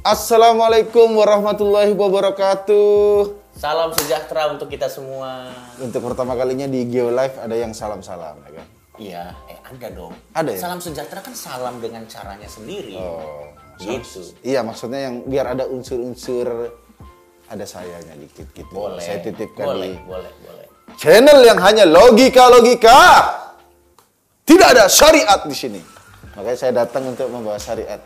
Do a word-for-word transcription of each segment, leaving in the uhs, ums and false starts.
Assalamualaikum warahmatullahi wabarakatuh. Salam sejahtera untuk kita semua. Untuk pertama kalinya di Geolive ada yang salam-salam, ya kan? Iya, eh ada dong. Ada ya? Salam sejahtera kan salam dengan caranya sendiri. Oh, gitu. Iya, maksudnya yang biar ada unsur-unsur ada sayanya dikit gitu. Boleh. Saya titipkan boleh, di boleh, boleh. channel yang hanya logika-logika. Tidak ada syariat di sini. Makanya saya datang untuk membawa syariat.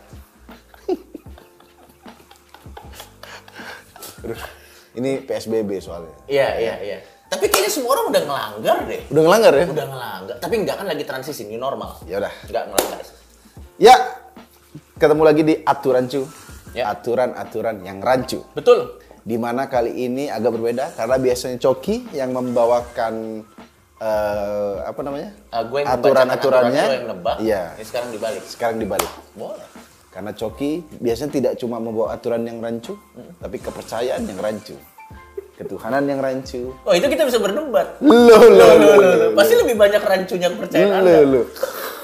Ini P S B B soalnya. Iya, iya, iya. Tapi kayaknya semua orang udah ngelanggar deh. Udah ngelanggar ya? Udah ngelanggar. Tapi enggak kan lagi transisi, ini normal. Ya udah. Enggak ngelanggar. Ya, ketemu lagi di aturan cu. Ya. Aturan-aturan yang rancu. Betul. Dimana kali ini agak berbeda karena biasanya Coki yang membawakan uh, apa namanya? Uh, gue yang aturan-aturannya. gue yang nebak. Iya. Ini sekarang dibalik. Sekarang dibalik. Boleh. Karena Coki biasanya tidak cuma membawa aturan yang rancu, hmm. tapi kepercayaan yang rancu. Ketuhanan yang rancu. Oh, itu kita bisa berdebat. Loh, loh, loh, loh. Pasti lebih banyak rancunya kepercayaan Anda. Anda. Loh.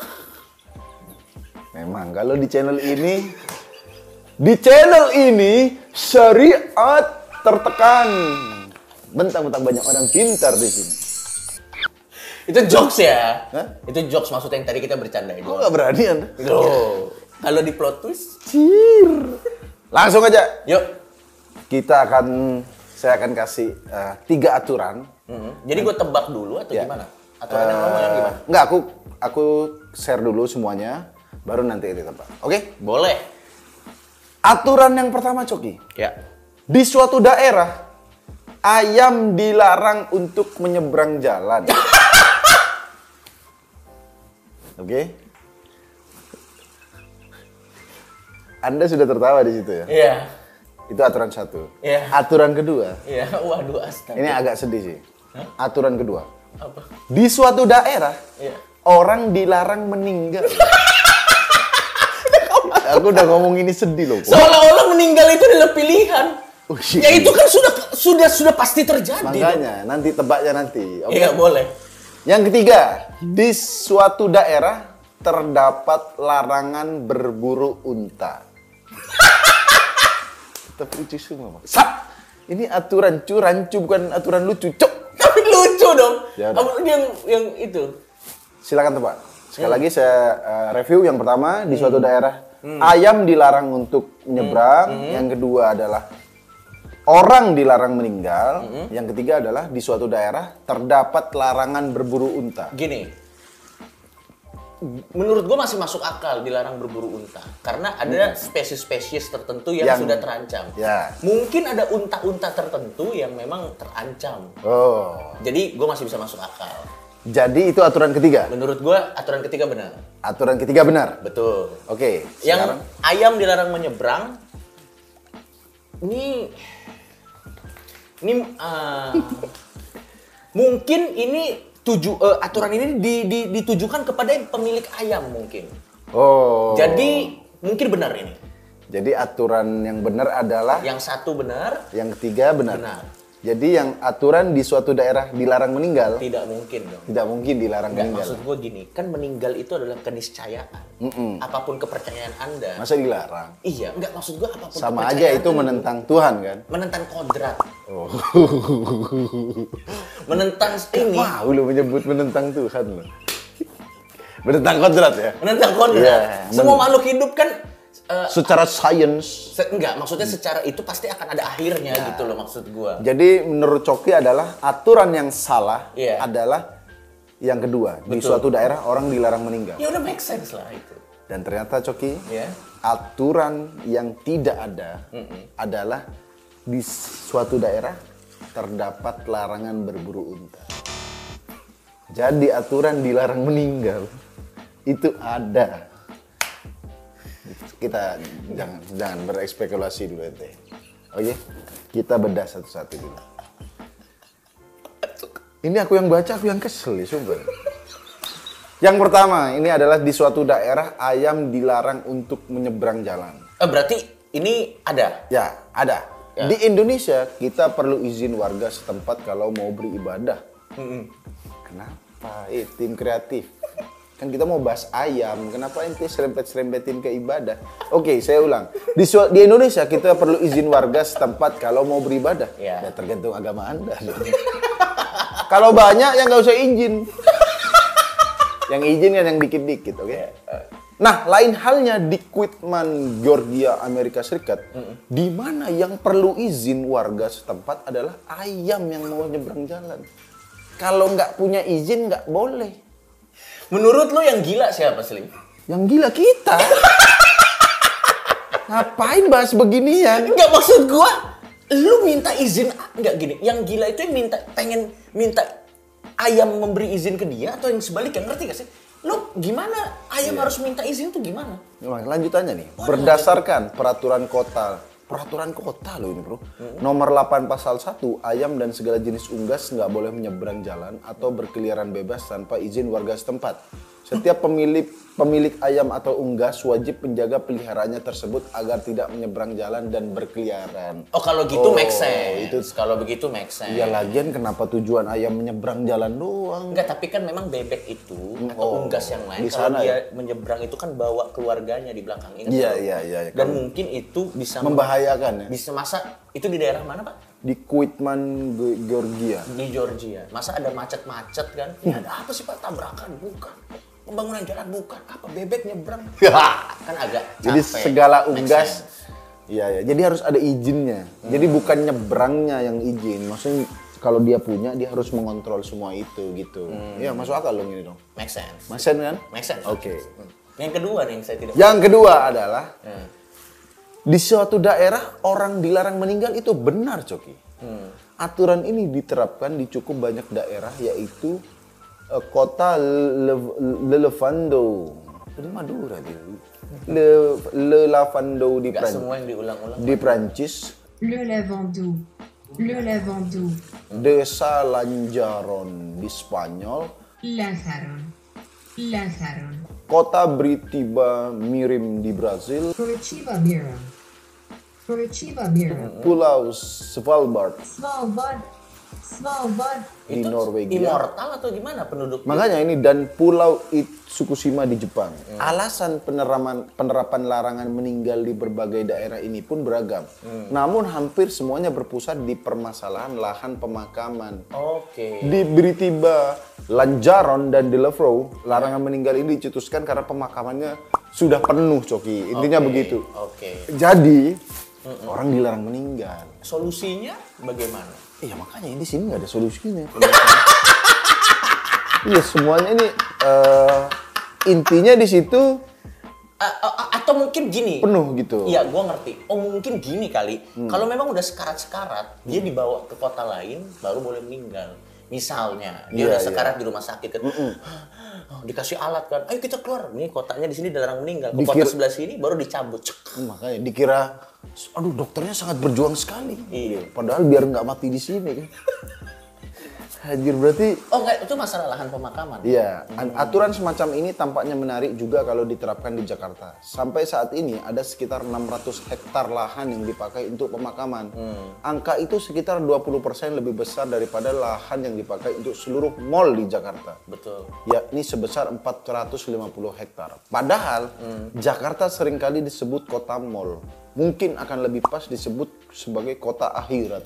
Memang kalau di channel ini di channel ini syariat tertekan. Bentang-bentang banyak orang pintar di sini. Itu jokes ya? Hah? Itu jokes maksudnya yang tadi kita bercandain. Kok nggak berani Anda? Loh. Kalau di plot twist, Cir. Langsung aja. yuk. Kita akan, saya akan kasih uh, tiga aturan. Mm-hmm. Jadi gue tebak dulu atau Ya. gimana? Aturan yang ngomong yang gimana? Enggak, aku aku share dulu semuanya, baru nanti ditebak. Oke? Boleh. Aturan yang pertama, Coki. Ya. Di suatu daerah, ayam dilarang untuk menyeberang jalan. Oke? Anda sudah tertawa di situ ya? Iya. Itu aturan satu. Iya. Aturan kedua. Iya. Waduh, astaga. Ini agak sedih sih. Hah? Aturan kedua. Apa? Di suatu daerah, Iya. orang dilarang meninggal. Aku udah ngomong ini sedih loh. Seolah-olah meninggal itu adalah pilihan. Oh, shit. Ya itu kan sudah sudah sudah pasti terjadi. Makanya, nanti tebaknya nanti. Oke? Iya, boleh. Yang ketiga, di suatu daerah terdapat larangan berburu unta. Tapi lucu semua, Bang. Sat! Ini aturan cu, rancu bukan aturan lucu, cok. Tapi lucu dong. Ya udah. Apa yang yang itu? Silakan tebak. Sekali Hmm. lagi saya uh, review yang pertama di suatu daerah hmm. ayam dilarang untuk menyeberang, hmm. yang kedua adalah orang dilarang meninggal, hmm. yang ketiga adalah di suatu daerah terdapat larangan berburu unta. Gini. Menurut gue masih masuk akal dilarang berburu unta karena ada hmm. spesies-spesies tertentu yang, yang sudah terancam. Ya. Mungkin ada unta-unta tertentu yang memang terancam. Oh. Jadi gue masih bisa masuk akal. Jadi itu aturan ketiga. Menurut gue aturan ketiga benar. Aturan ketiga benar. Betul. Oke. Yang sekarang. ayam dilarang menyeberang. Ini, ini uh, mungkin ini. Tuju, uh, aturan ini di, di, ditujukan kepada pemilik ayam mungkin. Oh. Jadi mungkin benar ini. Jadi aturan yang benar adalah yang satu benar, yang ketiga benar. Benar. Jadi yang aturan di suatu daerah dilarang meninggal. Tidak mungkin dong. Tidak mungkin dilarang Nggak, meninggal. maksud gue gini, kan meninggal itu adalah keniscayaan. Mm-mm. Apapun kepercayaan Anda. Masa dilarang? Iya, enggak maksud gue apapun Sama kepercayaan aja itu Anda. menentang Tuhan kan? Menentang kodrat. Oh. Menentang ini. Wah, lu menyebut menentang Tuhan loh. Menentang kodrat ya? Menentang kodrat. Yeah, Semua men- makhluk hidup kan uh, Secara sains. se- enggak, maksudnya secara itu pasti akan ada akhirnya gitu loh maksud gue. Jadi menurut Coki adalah aturan yang salah Iya. adalah yang kedua. Di Betul. suatu daerah orang dilarang meninggal. Ya udah make sense lah itu. Dan ternyata Coki, Ya. aturan yang tidak ada adalah di suatu daerah terdapat larangan berburu unta. Jadi aturan dilarang meninggal itu ada. Kita jangan jangan berespekulasi dulu ente. Oke, kita bedah satu-satu dulu. Ini aku yang baca, aku yang kesel ya, sumpah. Yang pertama, ini adalah di suatu daerah ayam dilarang untuk menyeberang jalan. Eh, berarti ini ada? Ya, ada. Ya. Di Indonesia, kita perlu izin warga setempat kalau mau beribadah. Mm-mm. Kenapa? Eh, tim kreatif. Kan kita mau bahas ayam, kenapa ente serempet-serempetin ke ibadah? Oke, saya ulang. Di, di Indonesia kita perlu izin warga setempat kalau mau beribadah. Ya, ya tergantung agama Anda. Kalau banyak ya nggak usah izin. Yang izin kan yang dikit-dikit, oke? Okay? Nah, lain halnya di Quitman, Georgia, Amerika Serikat, mm-hmm. di mana yang perlu izin warga setempat adalah ayam yang mau nyebrang jalan. Kalau nggak punya izin nggak boleh. Menurut lo yang gila siapa, Slim? Yang gila kita. Ngapain bahas beginian? Nggak, maksud gua, lu minta izin nggak gini? Yang gila itu yang minta pengen minta ayam memberi izin ke dia atau yang sebaliknya, ngerti gak sih? Lu gimana ayam yeah. harus minta izin tuh gimana? Lanjutannya nih, oh, berdasarkan peraturan kota, peraturan kota loh ini bro, hmm. nomor delapan pasal satu, ayam dan segala jenis unggas nggak boleh menyeberang jalan atau berkeliaran bebas tanpa izin warga setempat. Setiap pemilik pemilik ayam atau unggas wajib menjaga peliharaannya tersebut agar tidak menyeberang jalan dan berkeliaran. Oh, kalau gitu oh, make sense. Itu kalau begitu make sense. Ya lagian kenapa tujuan ayam menyeberang jalan doang? Enggak, tapi kan memang bebek itu atau oh, unggas yang lain di kalau sana, dia ya? menyeberang itu kan bawa keluarganya di belakang ini. Iya, iya, iya. Dan kan mungkin itu bisa membahayakan ya. Bisa masa itu di daerah mana, Pak? Di Quitman, Georgia. Di Georgia. Masa ada macet-macet kan? Ini ada apa sih Pak? Tabrakan? Bukan. Pembangunan jalan bukan, apa bebek nyebrang kan agak capek. Jadi segala unggas iya ya, jadi harus ada izinnya. Hmm. Jadi bukan nyebrangnya yang izin, maksudnya kalau dia punya dia harus mengontrol semua itu gitu. Hmm. Ya masuk akal dong ini dong. Make sense. Make sense kan? Make sense. Oke. Okay. Hmm. Yang kedua nih yang saya tidak. Yang kedua adalah hmm. di suatu daerah orang dilarang meninggal itu benar, Coki. Hmm. Aturan ini diterapkan di cukup banyak daerah yaitu Uh, kota Lelefando di Madura dia. Le Lelefando di Prancis. Semua yang diulang-ulang. Di Prancis. Le Lavando. Le Lavando. Desa Lanjaron di Spanyol. Lanzaron. Lanzaron. Kota Britiba Mirim di Brazil. Curitiba Mirim. Curitiba Mirim. Pulau Svalbard. Svalbard. Svalbard. Di itu Norwegia. Immortal atau gimana penduduk? Makanya ini dan Pulau Itsukushima di Jepang. Hmm. Alasan penerapan penerapan larangan meninggal di berbagai daerah ini pun beragam. Hmm. Namun hampir semuanya berpusat di permasalahan lahan pemakaman. Oke. Okay. Di Britiba, Lanjaron dan Delaware, larangan hmm. meninggal ini dicetuskan karena pemakamannya sudah penuh, Coki. Intinya okay. begitu. Oke. Okay. Jadi hmm. orang dilarang meninggal. Solusinya bagaimana? Iya makanya di sini nggak ada solusinya. Iya semuanya ini uh, intinya di situ uh, uh, atau mungkin gini penuh gitu. Iya, gua ngerti. Oh mungkin gini kali. Hmm. Kalau memang udah sekarat-sekarat, hmm. dia dibawa ke kota lain baru boleh meninggal. Misalnya dia yeah, udah sekarat yeah. di rumah sakit kan. Mm-mm. Oh, dikasih alat kan, ayo kita keluar. Nih kotanya di sini dilarang meninggal. Ke Dikira, kota sebelah sini baru dicabut. Makanya dikira, aduh dokternya sangat berjuang sekali. Iya. Padahal biar nggak mati di sini kan. Hadir berarti. Oh enggak, itu masalah lahan pemakaman. Iya, hmm. aturan semacam ini tampaknya menarik juga kalau diterapkan di Jakarta. Sampai saat ini ada sekitar enam ratus hektar lahan yang dipakai untuk pemakaman. Hmm. Angka itu sekitar dua puluh persen lebih besar daripada lahan yang dipakai untuk seluruh mal di Jakarta. Betul. Yakni sebesar empat ratus lima puluh hektar. Padahal hmm. Jakarta seringkali disebut kota mal. Mungkin akan lebih pas disebut sebagai kota akhirat.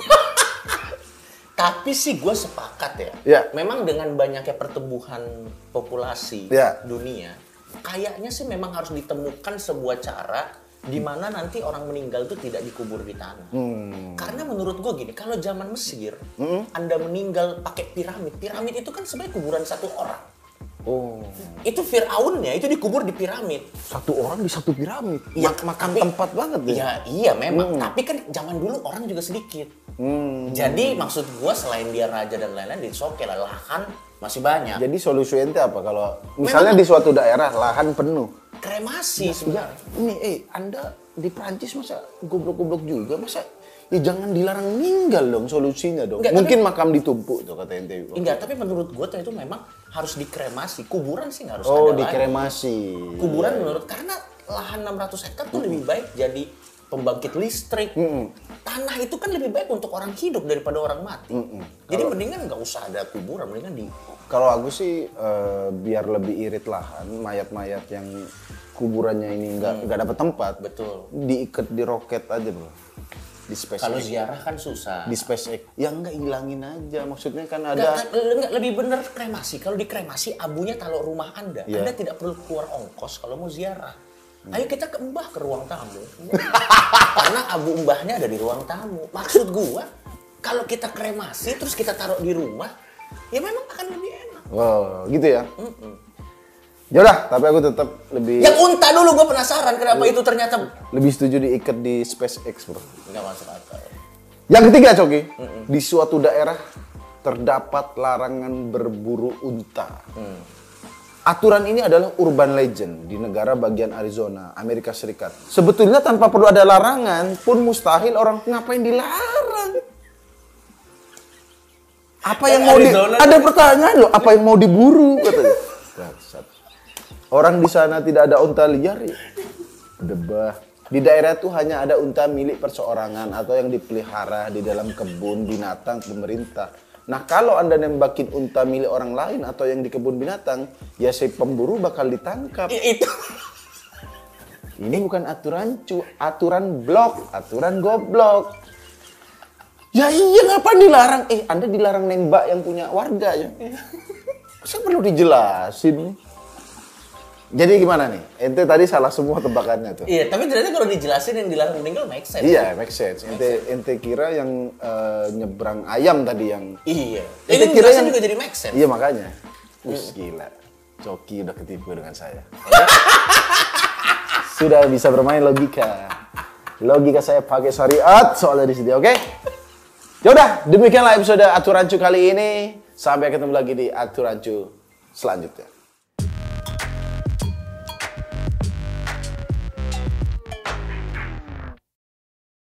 Tapi sih gue sepakat ya. Ya. Memang dengan banyaknya pertumbuhan populasi ya. dunia, kayaknya sih memang harus ditemukan sebuah cara di mana nanti orang meninggal itu tidak dikubur di tanah. Hmm. Karena menurut gue gini, kalau zaman Mesir, hmm? Anda meninggal pakai piramid, piramid itu kan sebenarnya kuburan satu orang. Oh. Itu Fir'aunnya, itu dikubur di piramid. Satu orang di satu piramid. Ya, Mak makan tapi, tempat banget ya. Iya, iya memang. Hmm. Tapi kan zaman dulu orang juga sedikit. Hmm. Jadi maksud gua selain dia raja dan lain-lain, it's okay lah, lahan masih banyak. Jadi solusi ente apa kalau misalnya memang, di suatu daerah lahan penuh? Kremasi ya, sebenarnya. Ya, ini eh Anda di Prancis masa goblok-goblok juga masa? Ya jangan dilarang meninggal dong solusinya dong. Enggak, Mungkin tapi, makam ditumpuk tuh kata ente. Enggak, tapi menurut gua tuh itu memang harus dikremasi. Kuburan sih nggak harus oh, ada dikremasi. Lagi. Kuburan ya, menurut karena lahan enam ratus hektar tuh hmm. lebih baik jadi pembangkit listrik. Hmm. tanah itu kan lebih baik untuk orang hidup daripada orang mati. Jadi mendingan nggak usah ada kuburan, mendingan di. Kalau aku sih eh, biar lebih irit lahan, mayat-mayat yang kuburannya ini nggak nggak dapat tempat, Betul. diikat di roket aja bro, di SpaceX. Kalau ziarah kan susah. Di SpaceX, ya nggak hilangin aja, maksudnya kan Nggak, ada. nggak, nggak, lebih bener kremasi. Kalau di kremasi abunya taruh rumah Anda. Iya. Anda tidak perlu keluar ongkos kalau mau ziarah. Ayo kita ke mbah ke ruang tamu. Karena abu mbahnya ada di ruang tamu. Maksud gua, kalau kita kremasi terus kita taruh di rumah, ya memang akan lebih enak. Wow, gitu ya. Ya udah, tapi aku tetap lebih Yang unta dulu gua penasaran kenapa itu ternyata lebih setuju diikat di SpaceX bro. nggak masuk akal. Yang ketiga Coki, di suatu daerah terdapat larangan berburu unta. Aturan ini adalah urban legend di negara bagian Arizona, Amerika Serikat. Sebetulnya tanpa perlu ada larangan pun mustahil orang ngapain dilarang. Apa yang mau di, Arizona ada pertanyaan loh, apa yang mau diburu katanya. Bangsat. Orang di sana tidak ada unta liar ya. Debah. Di daerah itu hanya ada unta milik perseorangan atau yang dipelihara di dalam kebun binatang pemerintah. Nah kalau Anda nembakin unta milik orang lain atau yang di kebun binatang, ya si pemburu bakal ditangkap. I- itu Ini bukan aturan cu, aturan blok, aturan goblok. Ya iya ngapain dilarang? Eh Anda dilarang nembak yang punya warga ya. Masa perlu dijelasin? Jadi gimana nih? Ente tadi salah semua tebakannya tuh. Iya, tapi ternyata kalau dijelasin yang dilarang meninggal make sense. Iya, make sense. Ente, ente kira yang eh, nyebrang ayam tadi yang... Iya. Ente Ini kira dijelasin yang- juga jadi make sense. Iya makanya. Wih gila. Coki udah ketipu dengan saya. Sudah bisa bermain logika. Logika saya pakai syariat soalnya di sini, oke? Ya udah, demikianlah episode Aturancu kali ini. Sampai ketemu lagi di Aturancu selanjutnya.